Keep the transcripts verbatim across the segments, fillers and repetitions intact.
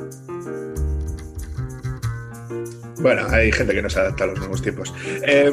Bueno, hay gente que no se adapta a los nuevos tiempos. Eh...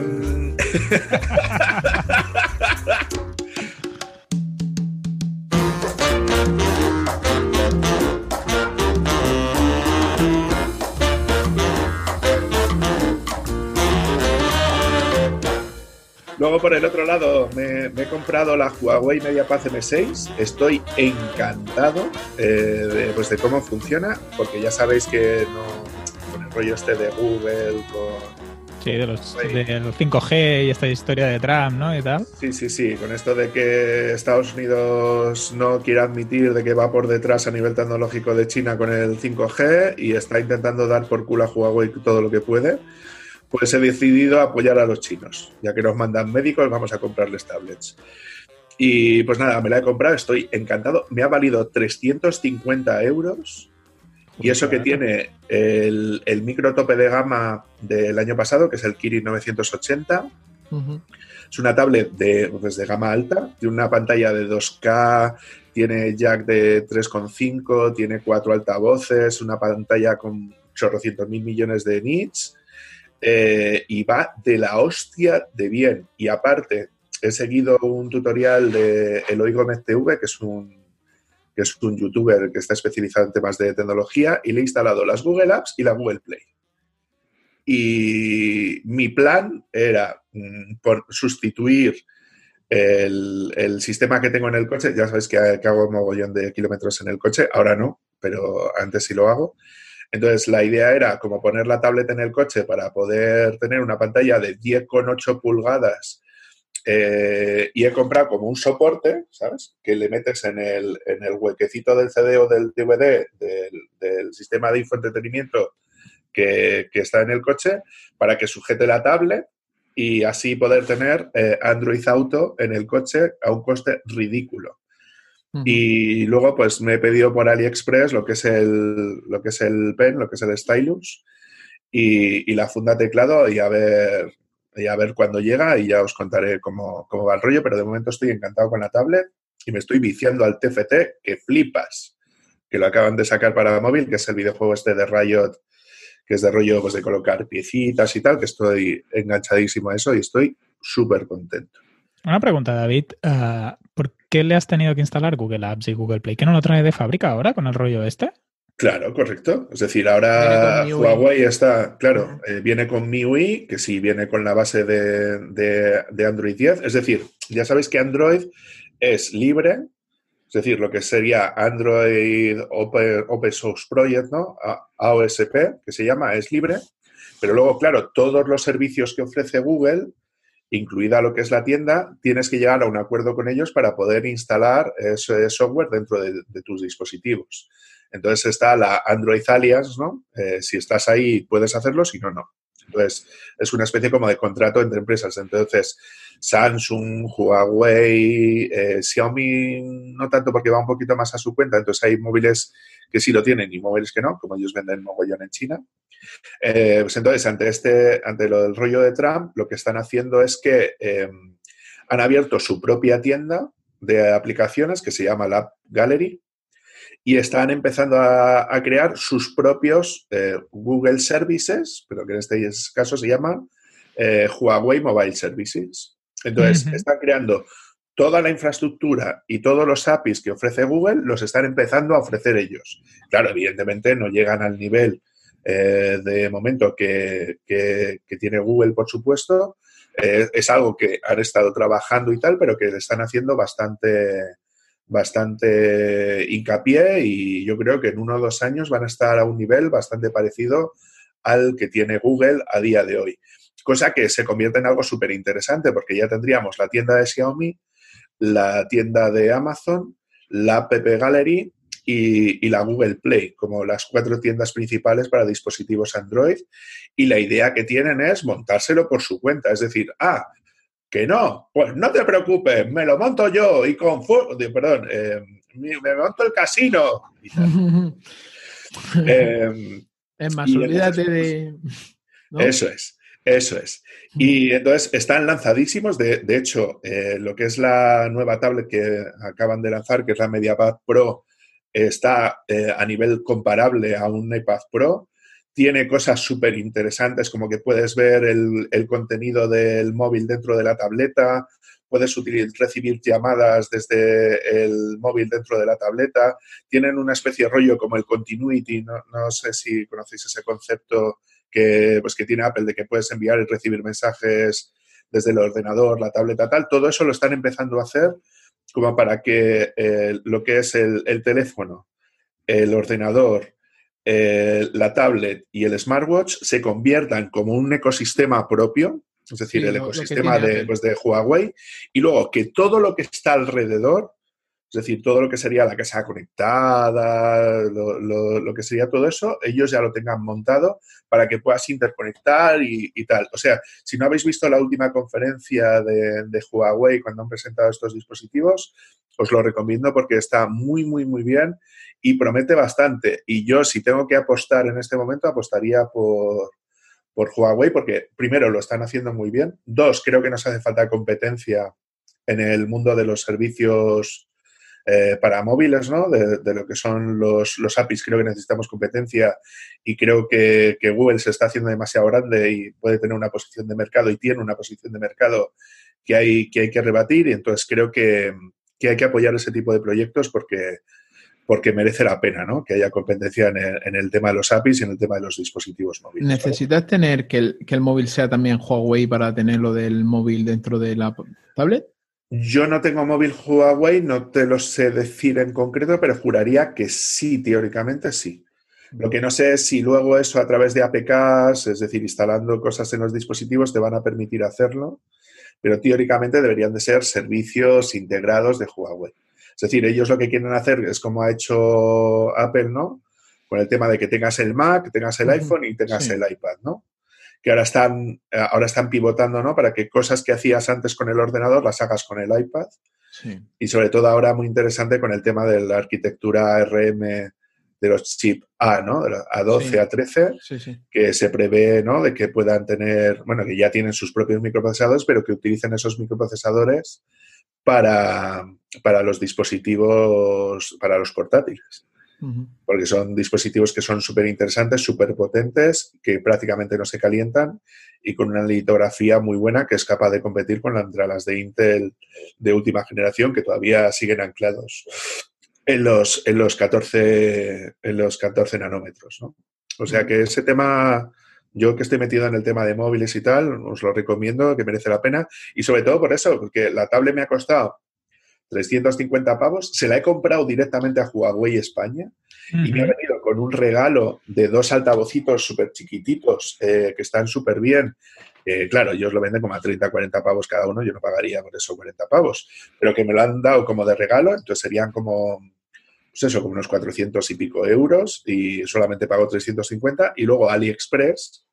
Luego, por el otro lado, me, me he comprado la Huawei MediaPad eme seis. Estoy encantado eh, de, pues de cómo funciona, porque ya sabéis que no, con el rollo este de Google, con... Sí, de los, de los cinco G y esta historia de Trump, ¿no? Y tal. Sí, sí, sí, con esto de que Estados Unidos no quiere admitir de que va por detrás a nivel tecnológico de China con el cinco G y está intentando dar por culo a Huawei todo lo que puede, pues he decidido apoyar a los chinos. Ya que nos mandan médicos, vamos a comprarles tablets. Y pues nada, me la he comprado, estoy encantado. Me ha valido trescientos cincuenta euros. Y eso que tiene el, el micro tope de gama del año pasado, que es el Kirin novecientos ochenta. Uh-huh. Es una tablet de, pues de gama alta, tiene una pantalla de dos K, tiene jack de tres coma cinco, tiene cuatro altavoces, una pantalla con chorrocientos mil millones de nits, eh, y va de la hostia de bien. Y aparte, he seguido un tutorial de Eloy Gómez T V, que es un que es un youtuber que está especializado en temas de tecnología, y le he instalado las Google Apps y la Google Play. Y mi plan era mmm, por sustituir el, el sistema que tengo en el coche. Ya sabéis que, que hago un mogollón de kilómetros en el coche, ahora no, pero antes sí lo hago. Entonces, la idea era como poner la tablet en el coche para poder tener una pantalla de diez coma ocho pulgadas. Eh, y he comprado como un soporte, ¿sabes? Que le metes en el, en el huequecito del C D o del D V D del, del sistema de infoentretenimiento que, que está en el coche para que sujete la tablet y así poder tener eh, Android Auto en el coche a un coste ridículo. Uh-huh. Y luego pues me he pedido por AliExpress lo que es el, lo que es el pen, lo que es el stylus y, y la funda teclado y a ver... y a ver cuándo llega y ya os contaré cómo, cómo va el rollo, pero de momento estoy encantado con la tablet y me estoy viciando al T F T, que flipas, que lo acaban de sacar para móvil, que es el videojuego este de Riot, que es de rollo pues, de colocar piecitas y tal, que estoy enganchadísimo a eso y estoy súper contento. Una pregunta, David. Uh, ¿por qué le has tenido que instalar Google Apps y Google Play? ¿Que no lo trae de fábrica ahora con el rollo este? Claro, correcto. Es decir, ahora Huawei está, claro, uh-huh. eh, viene con M I U I, que sí viene con la base de, de, de Android diez. Es decir, ya sabéis que Android es libre, es decir, lo que sería Android Open, Open Source Project, ¿no? A O S P, que se llama, es libre. Pero luego, claro, todos los servicios que ofrece Google, incluida lo que es la tienda, tienes que llegar a un acuerdo con ellos para poder instalar ese software dentro de, de tus dispositivos. Entonces está la Android Alliance, ¿no? Eh, si estás ahí puedes hacerlo, si no, no. Entonces es una especie como de contrato entre empresas. Entonces Samsung, Huawei, eh, Xiaomi, no tanto porque va un poquito más a su cuenta. Entonces hay móviles que sí lo tienen y móviles que no, como ellos venden mogollón en China. Eh, pues entonces, ante, este, ante lo del rollo de Trump, lo que están haciendo es que eh, han abierto su propia tienda de aplicaciones que se llama la App Gallery y están empezando a, a crear sus propios eh, Google Services, pero que en este caso se llaman eh, Huawei Mobile Services. Entonces, uh-huh. están creando toda la infraestructura y todos los A P Is que ofrece Google, los están empezando a ofrecer ellos. Claro, evidentemente no llegan al nivel eh, de momento que, que, que tiene Google, por supuesto. Eh, es algo que han estado trabajando y tal, pero que le están haciendo bastante... bastante hincapié y yo creo que en uno o dos años van a estar a un nivel bastante parecido al que tiene Google a día de hoy. Cosa que se convierte en algo súper interesante porque ya tendríamos la tienda de Xiaomi, la tienda de Amazon, la App Gallery y, y la Google Play como las cuatro tiendas principales para dispositivos Android y la idea que tienen es montárselo por su cuenta. Es decir, ah, que no, pues no te preocupes, me lo monto yo y con... Perdón, eh, me, me monto el casino. Y tal. eh, es más, olvídate entonces, de... ¿no? Eso es, eso es. Y entonces están lanzadísimos. De, de hecho, eh, lo que es la nueva tablet que acaban de lanzar, que es la MediaPad Pro, está eh, a nivel comparable a un iPad Pro. Tiene cosas súper interesantes, como que puedes ver el, el contenido del móvil dentro de la tableta, puedes utilizar, recibir llamadas desde el móvil dentro de la tableta. Tienen una especie de rollo como el continuity, no, no sé si conocéis ese concepto que, pues, que tiene Apple, de que puedes enviar y recibir mensajes desde el ordenador, la tableta, tal. Todo eso lo están empezando a hacer como para que eh, lo que es el, el teléfono, el ordenador, eh, la tablet y el smartwatch se conviertan como un ecosistema propio, es decir, sí, el lo, ecosistema lo de, pues, de Huawei, y luego que todo lo que está alrededor, es decir, todo lo que sería la casa conectada, lo, lo, lo que sería todo eso, ellos ya lo tengan montado para que puedas interconectar y, y tal. O sea, si no habéis visto la última conferencia de, de Huawei cuando han presentado estos dispositivos, os lo recomiendo porque está muy, muy, muy bien y promete bastante. Y yo, si tengo que apostar en este momento, apostaría por, por Huawei porque, primero, lo están haciendo muy bien. Dos, creo que nos hace falta competencia en el mundo de los servicios Eh, para móviles, ¿no? De, de lo que son los, los A P Is, creo que necesitamos competencia y creo que, que Google se está haciendo demasiado grande y puede tener una posición de mercado y tiene una posición de mercado que hay que, hay que rebatir y entonces creo que, que hay que apoyar ese tipo de proyectos porque, porque merece la pena, ¿no? Que haya competencia en el, en el tema de los A P Is y en el tema de los dispositivos móviles. ¿Necesitas, ¿vale?, tener que el, que el móvil sea también Huawei para tener lo del móvil dentro de la tablet? Yo no tengo móvil Huawei, no te lo sé decir en concreto, pero juraría que sí, teóricamente sí. Lo que no sé es si luego eso a través de A P Ks, es decir, instalando cosas en los dispositivos, te van a permitir hacerlo, pero teóricamente deberían de ser servicios integrados de Huawei. Es decir, ellos lo que quieren hacer es como ha hecho Apple, ¿no? Con el tema de que tengas el Mac, tengas el iPhone y tengas sí. el iPad, ¿no? Que ahora están, ahora están pivotando, ¿no? Para que cosas que hacías antes con el ordenador las hagas con el iPad. Sí. Y sobre todo ahora muy interesante con el tema de la arquitectura A R M de los chips A, ¿no? De los A doce, sí. A trece, sí, sí. Que se prevé, ¿no? De que puedan tener, bueno, que ya tienen sus propios microprocesadores, pero que utilicen esos microprocesadores para, para los dispositivos, para los portátiles. Porque son dispositivos que son súper interesantes, súper potentes, que prácticamente no se calientan y con una litografía muy buena que es capaz de competir con las de Intel de última generación que todavía siguen anclados en los, en los, catorce, en los catorce nanómetros, ¿no? O sea que ese tema, yo que estoy metido en el tema de móviles y tal, os lo recomiendo, que merece la pena y sobre todo por eso, porque la tablet me ha costado trescientos cincuenta pavos, se la he comprado directamente a Huawei España uh-huh. y me ha venido con un regalo de dos altavocitos súper chiquititos eh, que están súper bien. Eh, claro, ellos lo venden como a treinta, cuarenta pavos cada uno, yo no pagaría por eso cuarenta pavos, pero que me lo han dado como de regalo, entonces serían como, pues eso, como unos cuatrocientos y pico euros y solamente pago trescientos cincuenta y luego AliExpress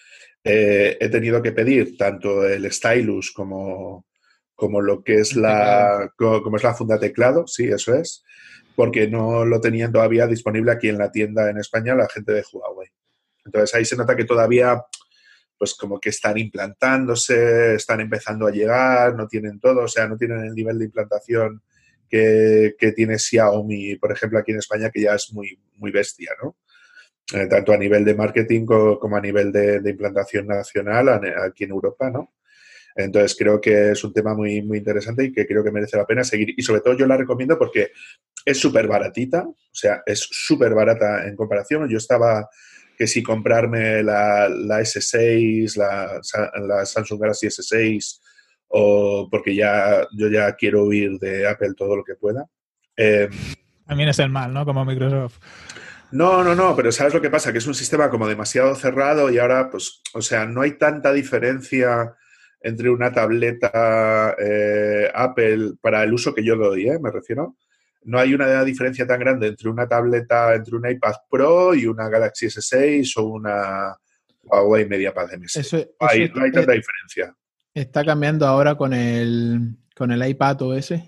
eh, he tenido que pedir tanto el stylus como... como lo que es la como es la funda teclado, sí, eso es, porque no lo tenían todavía disponible aquí en la tienda en España la gente de Huawei. Entonces ahí se nota que todavía pues como que están implantándose, están empezando a llegar, no tienen todo, o sea, no tienen el nivel de implantación que, que tiene Xiaomi, por ejemplo, aquí en España, que ya es muy, muy bestia, ¿no? Eh, tanto a nivel de marketing como, como a nivel de, de implantación nacional aquí en Europa, ¿no? Entonces, creo que es un tema muy, muy interesante y que creo que merece la pena seguir. Y sobre todo yo la recomiendo porque es súper baratita, o sea, es súper barata en comparación. Yo estaba que si comprarme la, la ese seis, la, la Samsung Galaxy ese seis, o porque ya yo ya quiero huir de Apple todo lo que pueda. Eh, También es el mal, ¿no? Como Microsoft. No, no, no, pero ¿sabes lo que pasa? Que es un sistema como demasiado cerrado y ahora, pues, o sea, no hay tanta diferencia entre una tableta eh, Apple para el uso que yo doy, ¿eh? Me refiero. No hay una diferencia tan grande entre una tableta, entre un iPad Pro y una Galaxy ese seis o una Huawei MediaPad M seis. Eso, eso no, hay, está, no hay tanta diferencia. Está cambiando ahora con el, con el iPad O S.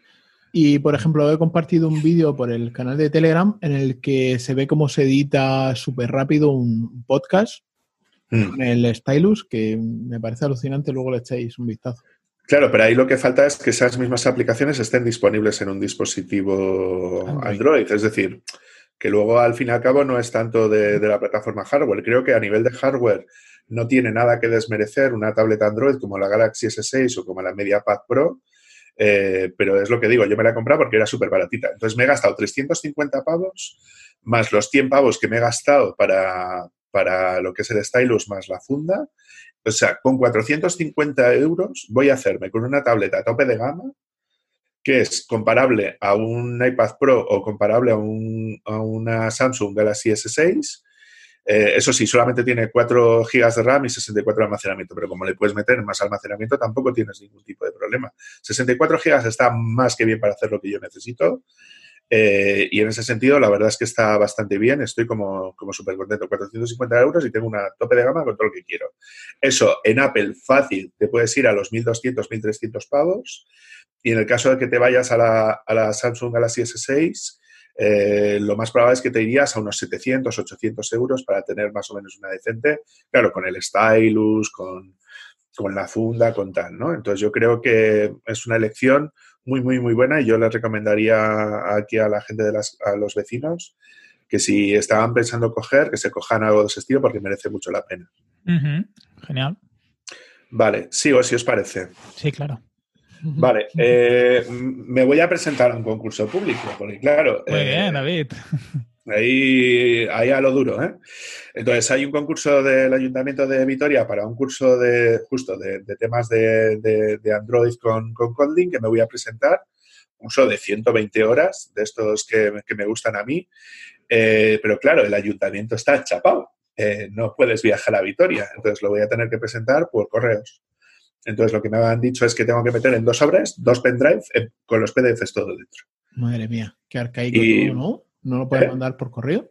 Y, por ejemplo, he compartido un vídeo por el canal de Telegram en el que se ve cómo se edita súper rápido un podcast mm. con el Stylus, que me parece alucinante, luego le echáis un vistazo. Claro, pero ahí lo que falta es que esas mismas aplicaciones estén disponibles en un dispositivo Android. Android. Es decir, que luego al fin y al cabo no es tanto de, de la plataforma hardware. Creo que a nivel de hardware no tiene nada que desmerecer una tableta Android como la Galaxy ese seis o como la MediaPad Pro, eh, pero es lo que digo, yo me la he comprado porque era súper baratita. Entonces me he gastado trescientos cincuenta pavos más los cien pavos que me he gastado para, para lo que es el stylus más la funda. O sea, con cuatrocientos cincuenta euros voy a hacerme con una tableta a tope de gama que es comparable a un iPad Pro o comparable a, un, a una Samsung Galaxy ese seis. Eh, eso sí, solamente tiene cuatro gigas de RAM y sesenta y cuatro de almacenamiento, pero como le puedes meter más almacenamiento tampoco tienes ningún tipo de problema. sesenta y cuatro gigas está más que bien para hacer lo que yo necesito. Eh, y en ese sentido, la verdad es que está bastante bien. Estoy como, como súper contento. cuatrocientos cincuenta euros y tengo una tope de gama con todo lo que quiero. Eso, en Apple, fácil, te puedes ir a los mil doscientos, mil trescientos pavos. Y en el caso de que te vayas a la, a la Samsung Galaxy ese seis, eh, lo más probable es que te irías a unos setecientos, ochocientos euros para tener más o menos una decente. Claro, con el stylus, con, con la funda, con tal, ¿no? Entonces, yo creo que es una elección muy, muy, muy buena y yo les recomendaría aquí a la gente, de las, a los vecinos, que si estaban pensando coger, que se cojan algo de ese estilo porque merece mucho la pena. Uh-huh. Genial. Vale, sigo si os parece. Sí, claro. Vale, eh, me voy a presentar a un concurso público, porque claro... Muy eh, bien, David. Ahí, ahí a lo duro, ¿eh? Entonces, hay un concurso del Ayuntamiento de Vitoria para un curso de justo de, de temas de, de, de Android con, con Kotlin que me voy a presentar. Un curso de ciento veinte horas, de estos que, que me gustan a mí. Eh, pero claro, el Ayuntamiento está chapado. Eh, no puedes viajar a Vitoria. Entonces, lo voy a tener que presentar por correos. Entonces, lo que me han dicho es que tengo que meter en dos sobres, dos pendrive, eh, con los P D Fs todo dentro. Madre mía, qué arcaico y, todo, ¿no? ¿No lo puedes ¿eh? mandar por correo?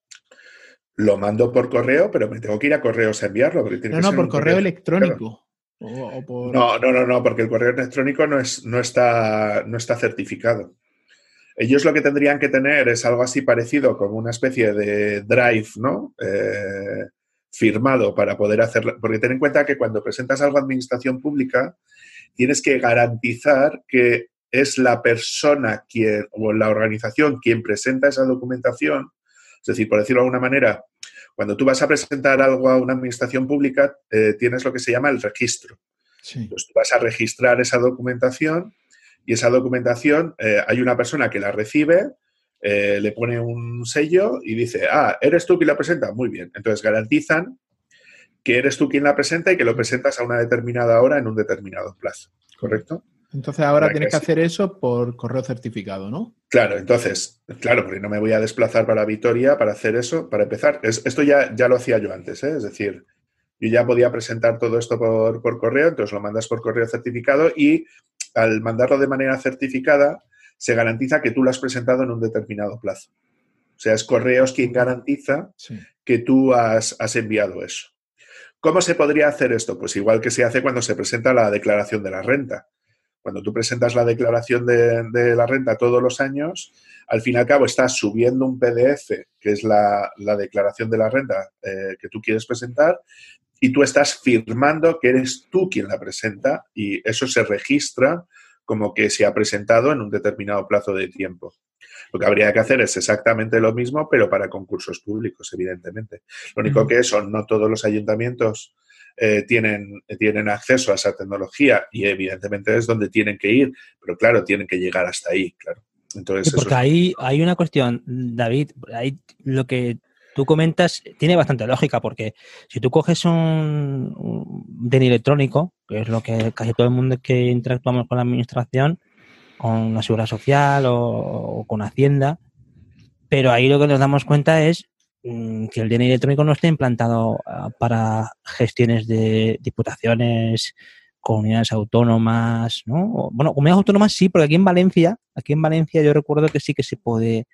Lo mando por correo, pero me tengo que ir a correos a enviarlo. Porque tiene no, que no, ser por un correo, correo electrónico. O, o por... No, no, no, no, porque el correo electrónico no, es, no, está, no está certificado. Ellos lo que tendrían que tener es algo así parecido como una especie de drive, ¿no? Eh, firmado para poder hacerlo. Porque ten en cuenta que cuando presentas algo a administración pública, tienes que garantizar que es la persona quien, o la organización quien presenta esa documentación. Es decir, por decirlo de alguna manera, cuando tú vas a presentar algo a una administración pública, eh, tienes lo que se llama el registro. Sí. Entonces, tú vas a registrar esa documentación y esa documentación, eh, hay una persona que la recibe, eh, le pone un sello y dice, ah, ¿eres tú quien la presenta? Muy bien. Entonces, garantizan que eres tú quien la presenta y que lo presentas a una determinada hora en un determinado plazo. ¿Correcto? Entonces, ahora Para tienes que que hacer eso por correo certificado, ¿no? Claro, entonces, claro, porque no me voy a desplazar para Vitoria para hacer eso. Para empezar, es, esto ya, ya lo hacía yo antes, ¿eh? Es decir, yo ya podía presentar todo esto por, por correo, entonces lo mandas por correo certificado y al mandarlo de manera certificada se garantiza que tú lo has presentado en un determinado plazo. O sea, es Correos quien garantiza sí. que tú has, has enviado eso. ¿Cómo se podría hacer esto? Pues igual que se hace cuando se presenta la declaración de la renta. Cuando tú presentas la declaración de, de la renta todos los años, al fin y al cabo estás subiendo un P D F, que es la, la declaración de la renta eh, que tú quieres presentar, y tú estás firmando que eres tú quien la presenta y eso se registra como que se ha presentado en un determinado plazo de tiempo. Lo que habría que hacer es exactamente lo mismo, pero para concursos públicos, evidentemente. Lo único que eso, no todos los ayuntamientos eh, tienen, tienen acceso a esa tecnología y evidentemente es donde tienen que ir, pero claro, tienen que llegar hasta ahí, claro. Entonces, sí, porque eso es... ahí hay una cuestión, David, ahí lo que tú comentas tiene bastante lógica, porque si tú coges un, un D N I electrónico, que es lo que casi todo el mundo que interactuamos con la administración, con la Seguridad Social o, o con Hacienda, pero ahí lo que nos damos cuenta es mmm, que el D N I electrónico no está implantado uh, para gestiones de diputaciones, comunidades autónomas, ¿no? O, bueno, comunidades autónomas sí, porque aquí en Valencia, aquí en Valencia yo recuerdo que sí que se puede,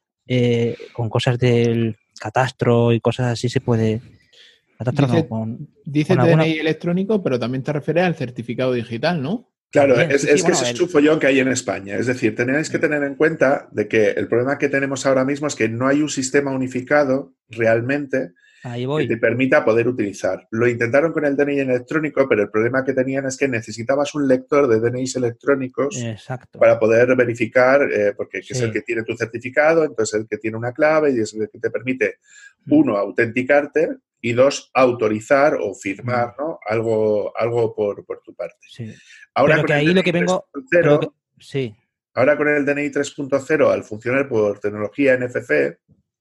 eh, con cosas del catastro y cosas así se puede... Catastro dice no, con, dice con alguna... D N I electrónico, pero también te refieres al certificado digital, ¿no? Claro, También, es, sí, es sí, que bueno, ese el... es su follón que hay en España. Es decir, tenéis que tener en cuenta de que el problema que tenemos ahora mismo es que no hay un sistema unificado realmente Ahí voy. Que te permita poder utilizar. Lo intentaron con el D N I electrónico, pero el problema que tenían es que necesitabas un lector de D N Is electrónicos Exacto. para poder verificar, eh, porque Sí. es el que tiene tu certificado, entonces el que tiene una clave y es el que te permite, uno, autenticarte y dos, autorizar o firmar, Mm. ¿no? Algo, algo por, por tu parte. Sí. Ahora Pero con que el ahí D N I lo que vengo... tres punto cero, lo que- sí. ahora con el D N I tres punto cero, al funcionar por tecnología N F C,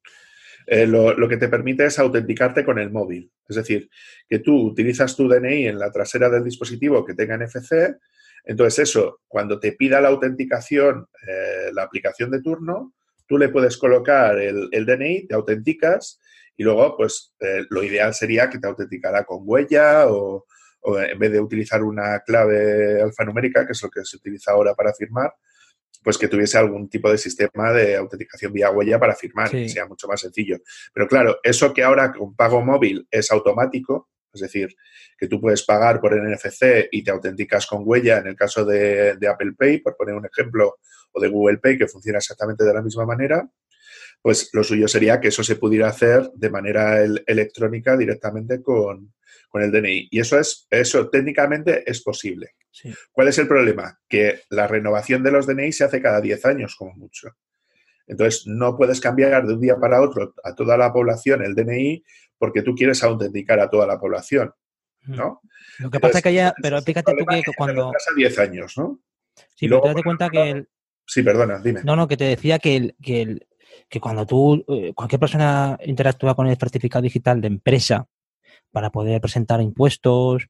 eh, lo, lo que te permite es autenticarte con el móvil. Es decir, que tú utilizas tu D N I en la trasera del dispositivo que tenga N F C, entonces eso, cuando te pida la autenticación, eh, la aplicación de turno, tú le puedes colocar el, el D N I, te autenticas y luego, pues, eh, lo ideal sería que te autenticara con huella o, o en vez de utilizar una clave alfanumérica, que es lo que se utiliza ahora para firmar, pues que tuviese algún tipo de sistema de autenticación vía huella para firmar, Sí. que sea mucho más sencillo. Pero claro, eso que ahora con pago móvil es automático, es decir, que tú puedes pagar por N F C y te autenticas con huella en el caso de, de Apple Pay, por poner un ejemplo, o de Google Pay, que funciona exactamente de la misma manera, pues lo suyo sería que eso se pudiera hacer de manera el, electrónica directamente con, con el D N I. Y eso es, eso técnicamente es posible. Sí. ¿Cuál es el problema? Que la renovación de los D N I se hace cada diez años, como mucho. Entonces, no puedes cambiar de un día para otro a toda la población el D N I porque tú quieres autenticar a toda la población, ¿no? Lo que pasa Entonces, es que ya, pero fíjate tú que que cuando... a diez años, ¿no? Sí, Y pero luego, te das cuenta que... El... Sí, perdona, dime. No, no, que te decía que, el, que, el, que cuando tú, eh, cualquier persona interactúa con el certificado digital de empresa para poder presentar impuestos,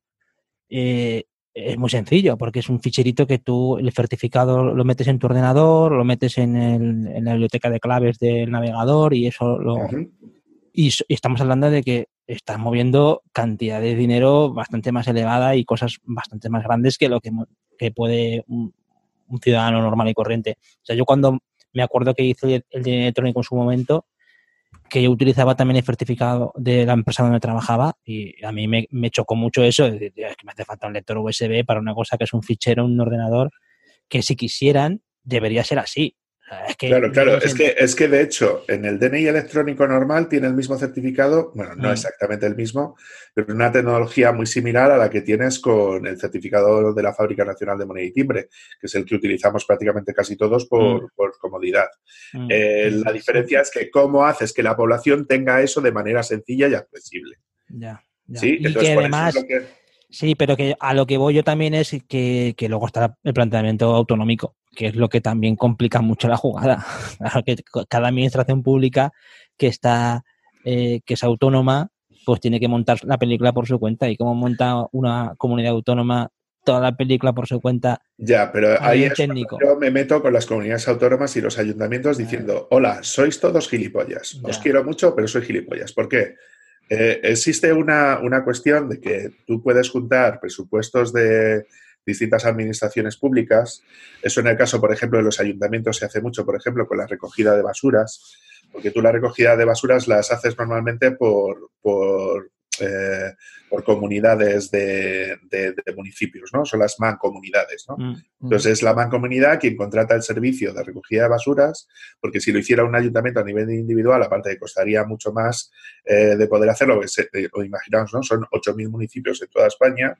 eh, es muy sencillo, porque es un ficherito que tú, el certificado lo metes en tu ordenador, lo metes en, el, en la biblioteca de claves del navegador y eso lo... Uh-huh. Y, y estamos hablando de que estás moviendo cantidad de dinero bastante más elevada y cosas bastante más grandes que lo que, que puede un, un ciudadano normal y corriente. O sea, yo cuando me acuerdo que hice el, el dinero electrónico en su momento, que yo utilizaba también el certificado de la empresa donde trabajaba y a mí me, me chocó mucho eso, de, de, es que me hace falta un lector U S B para una cosa que es un fichero, un ordenador, que si quisieran debería ser así. O sea, es que claro, claro, es que, es que de hecho en el D N I electrónico normal tiene el mismo certificado, bueno, no mm. exactamente el mismo, pero una tecnología muy similar a la que tienes con el certificado de la Fábrica Nacional de Moneda y Timbre, que es el que utilizamos prácticamente casi todos por, mm. por comodidad. Mm. Eh, la diferencia es que cómo haces que la población tenga eso de manera sencilla y accesible. Ya, ya. ¿Sí? Y entonces, que por además... eso es lo que... Sí, pero que a lo que voy yo también es que, que luego está el planteamiento autonómico, que es lo que también complica mucho la jugada. Claro que cada administración pública que está eh, que es autónoma, pues tiene que montar la película por su cuenta. Y cómo monta una comunidad autónoma toda la película por su cuenta. Ya, pero ahí es técnico. yo me meto con las comunidades autónomas y los ayuntamientos diciendo, hola, sois todos gilipollas. Os ya. quiero mucho, pero soy gilipollas. ¿Por qué? Eh, existe una, una cuestión de que tú puedes juntar presupuestos de distintas administraciones públicas. Eso en el caso, por ejemplo, de los ayuntamientos se hace mucho, por ejemplo, con la recogida de basuras, porque tú la recogida de basuras las haces normalmente por, por, eh, por comunidades de, de, de municipios, ¿no? Son las mancomunidades, ¿no? Mm. Entonces es la mancomunidad quien contrata el servicio de recogida de basuras, porque si lo hiciera un ayuntamiento a nivel individual, aparte de costaría mucho más eh, de poder hacerlo, o imaginaos, ¿no? Son ocho mil municipios en toda España.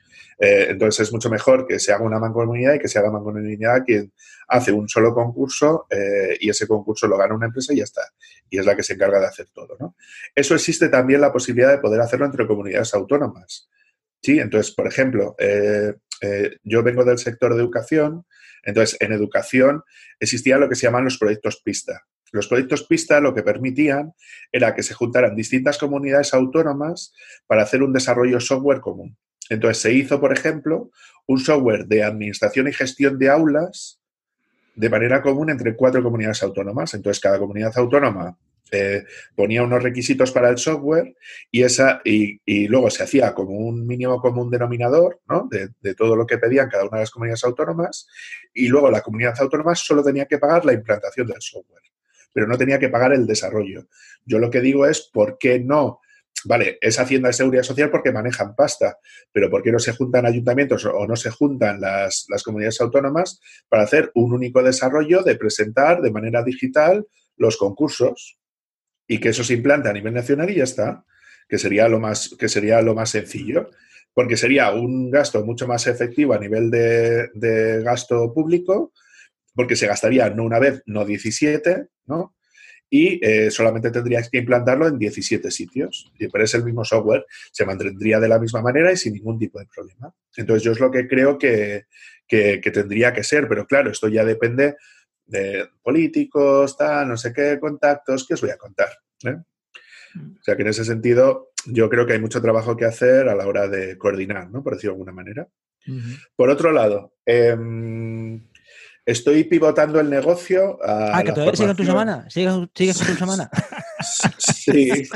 Eh, entonces es mucho mejor que se haga una mancomunidad y que se haga mancomunidad quien hace un solo concurso eh, y ese concurso lo gana una empresa y ya está. Y es la que se encarga de hacer todo, ¿no? Eso existe también la posibilidad de poder hacerlo entre comunidades autónomas. Sí, entonces, por ejemplo, eh, eh, yo vengo del sector de educación, entonces en educación existían lo que se llaman los proyectos PISTA. Los proyectos PISTA lo que permitían era que se juntaran distintas comunidades autónomas para hacer un desarrollo software común. Entonces se hizo, por ejemplo, un software de administración y gestión de aulas de manera común entre cuatro comunidades autónomas. Entonces cada comunidad autónoma eh, ponía unos requisitos para el software y, esa, y, y luego se hacía como un mínimo común denominador, ¿no? de, de todo lo que pedían cada una de las comunidades autónomas y luego la comunidad autónoma solo tenía que pagar la implantación del software, pero no tenía que pagar el desarrollo. Yo lo que digo es, ¿por qué no? Vale, es Hacienda de Seguridad Social porque manejan pasta, pero ¿por qué no se juntan ayuntamientos o no se juntan las, las comunidades autónomas para hacer un único desarrollo de presentar de manera digital los concursos y que eso se implante a nivel nacional y ya está? que sería lo más, que sería lo más sencillo, porque sería un gasto mucho más efectivo a nivel de, de gasto público, porque se gastaría no una vez, no diecisiete, ¿no? Y eh, solamente tendrías que implantarlo en diecisiete sitios. Pero es el mismo software, se mantendría de la misma manera y sin ningún tipo de problema. Entonces, yo es lo que creo que, que, que tendría que ser, pero claro, esto ya depende de políticos, tal, no sé qué, contactos, ¿qué os voy a contar? ¿eh? O sea, que en ese sentido yo creo que hay mucho trabajo que hacer a la hora de coordinar, ¿no? Por decirlo de alguna manera. Uh-huh. Por otro lado, eh, estoy pivotando el negocio a Ah, que todavía sigues tu semana. ¿Sigues, sigues tu semana? Sí.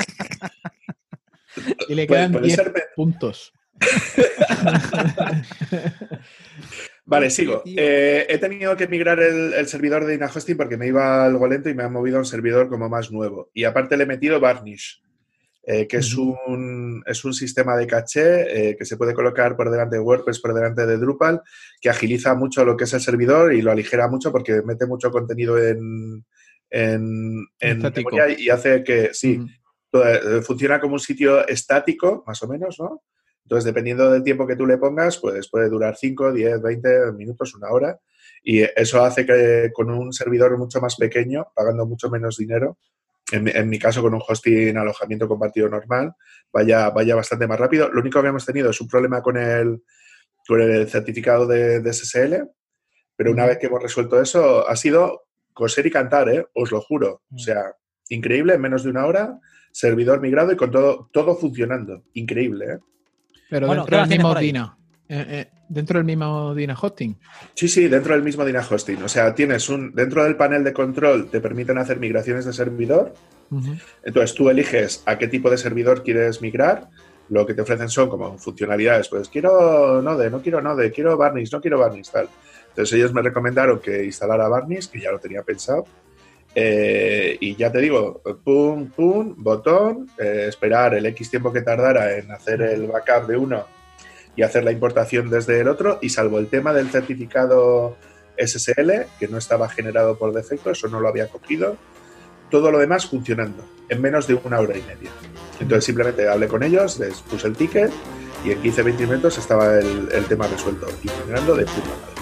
Y le quedan diez ser... puntos. Vale, sigo. Eh, he tenido que migrar el, el servidor de DynaHosting porque me iba algo lento y me han movido a un servidor como más nuevo. Y aparte le he metido Varnish, eh, que uh-huh. es, un, es un sistema de caché eh, que se puede colocar por delante de WordPress, por delante de Drupal, que agiliza mucho lo que es el servidor y lo aligera mucho porque mete mucho contenido en, en, en memoria y hace que, sí, uh-huh. todo, funciona como un sitio estático, más o menos, ¿no? Entonces, dependiendo del tiempo que tú le pongas, pues puede durar cinco, diez, veinte minutos, una hora. Y eso hace que con un servidor mucho más pequeño, pagando mucho menos dinero, en, en mi caso con un hosting alojamiento compartido normal, vaya, vaya bastante más rápido. Lo único que hemos tenido es un problema con el, con el certificado de, de S S L, pero una vez que hemos resuelto eso, ha sido coser y cantar, ¿eh? Os lo juro. O sea, increíble, en menos de una hora, servidor migrado y con todo, todo funcionando. Increíble, ¿eh? Pero bueno, dentro del mismo Dyna. Eh, eh, dentro del mismo DynaHosting. Sí, sí, dentro del mismo DynaHosting. O sea, tienes un dentro del panel de control te permiten hacer migraciones de servidor. Uh-huh. Entonces tú eliges a qué tipo de servidor quieres migrar. Lo que te ofrecen son como funcionalidades. Pues quiero Node, no quiero Node, quiero Varnish, no quiero Varnish, tal. Entonces ellos me recomendaron que instalara Varnish, que ya lo tenía pensado. Eh, y ya te digo, pum, pum, botón, eh, esperar el X tiempo que tardara en hacer el backup de uno y hacer la importación desde el otro, y salvo el tema del certificado S S L, que no estaba generado por defecto, eso no lo había cogido, todo lo demás funcionando, en menos de una hora y media. Entonces simplemente hablé con ellos, les puse el ticket y en quince a veinte minutos estaba el, el tema resuelto y funcionando de puta madre.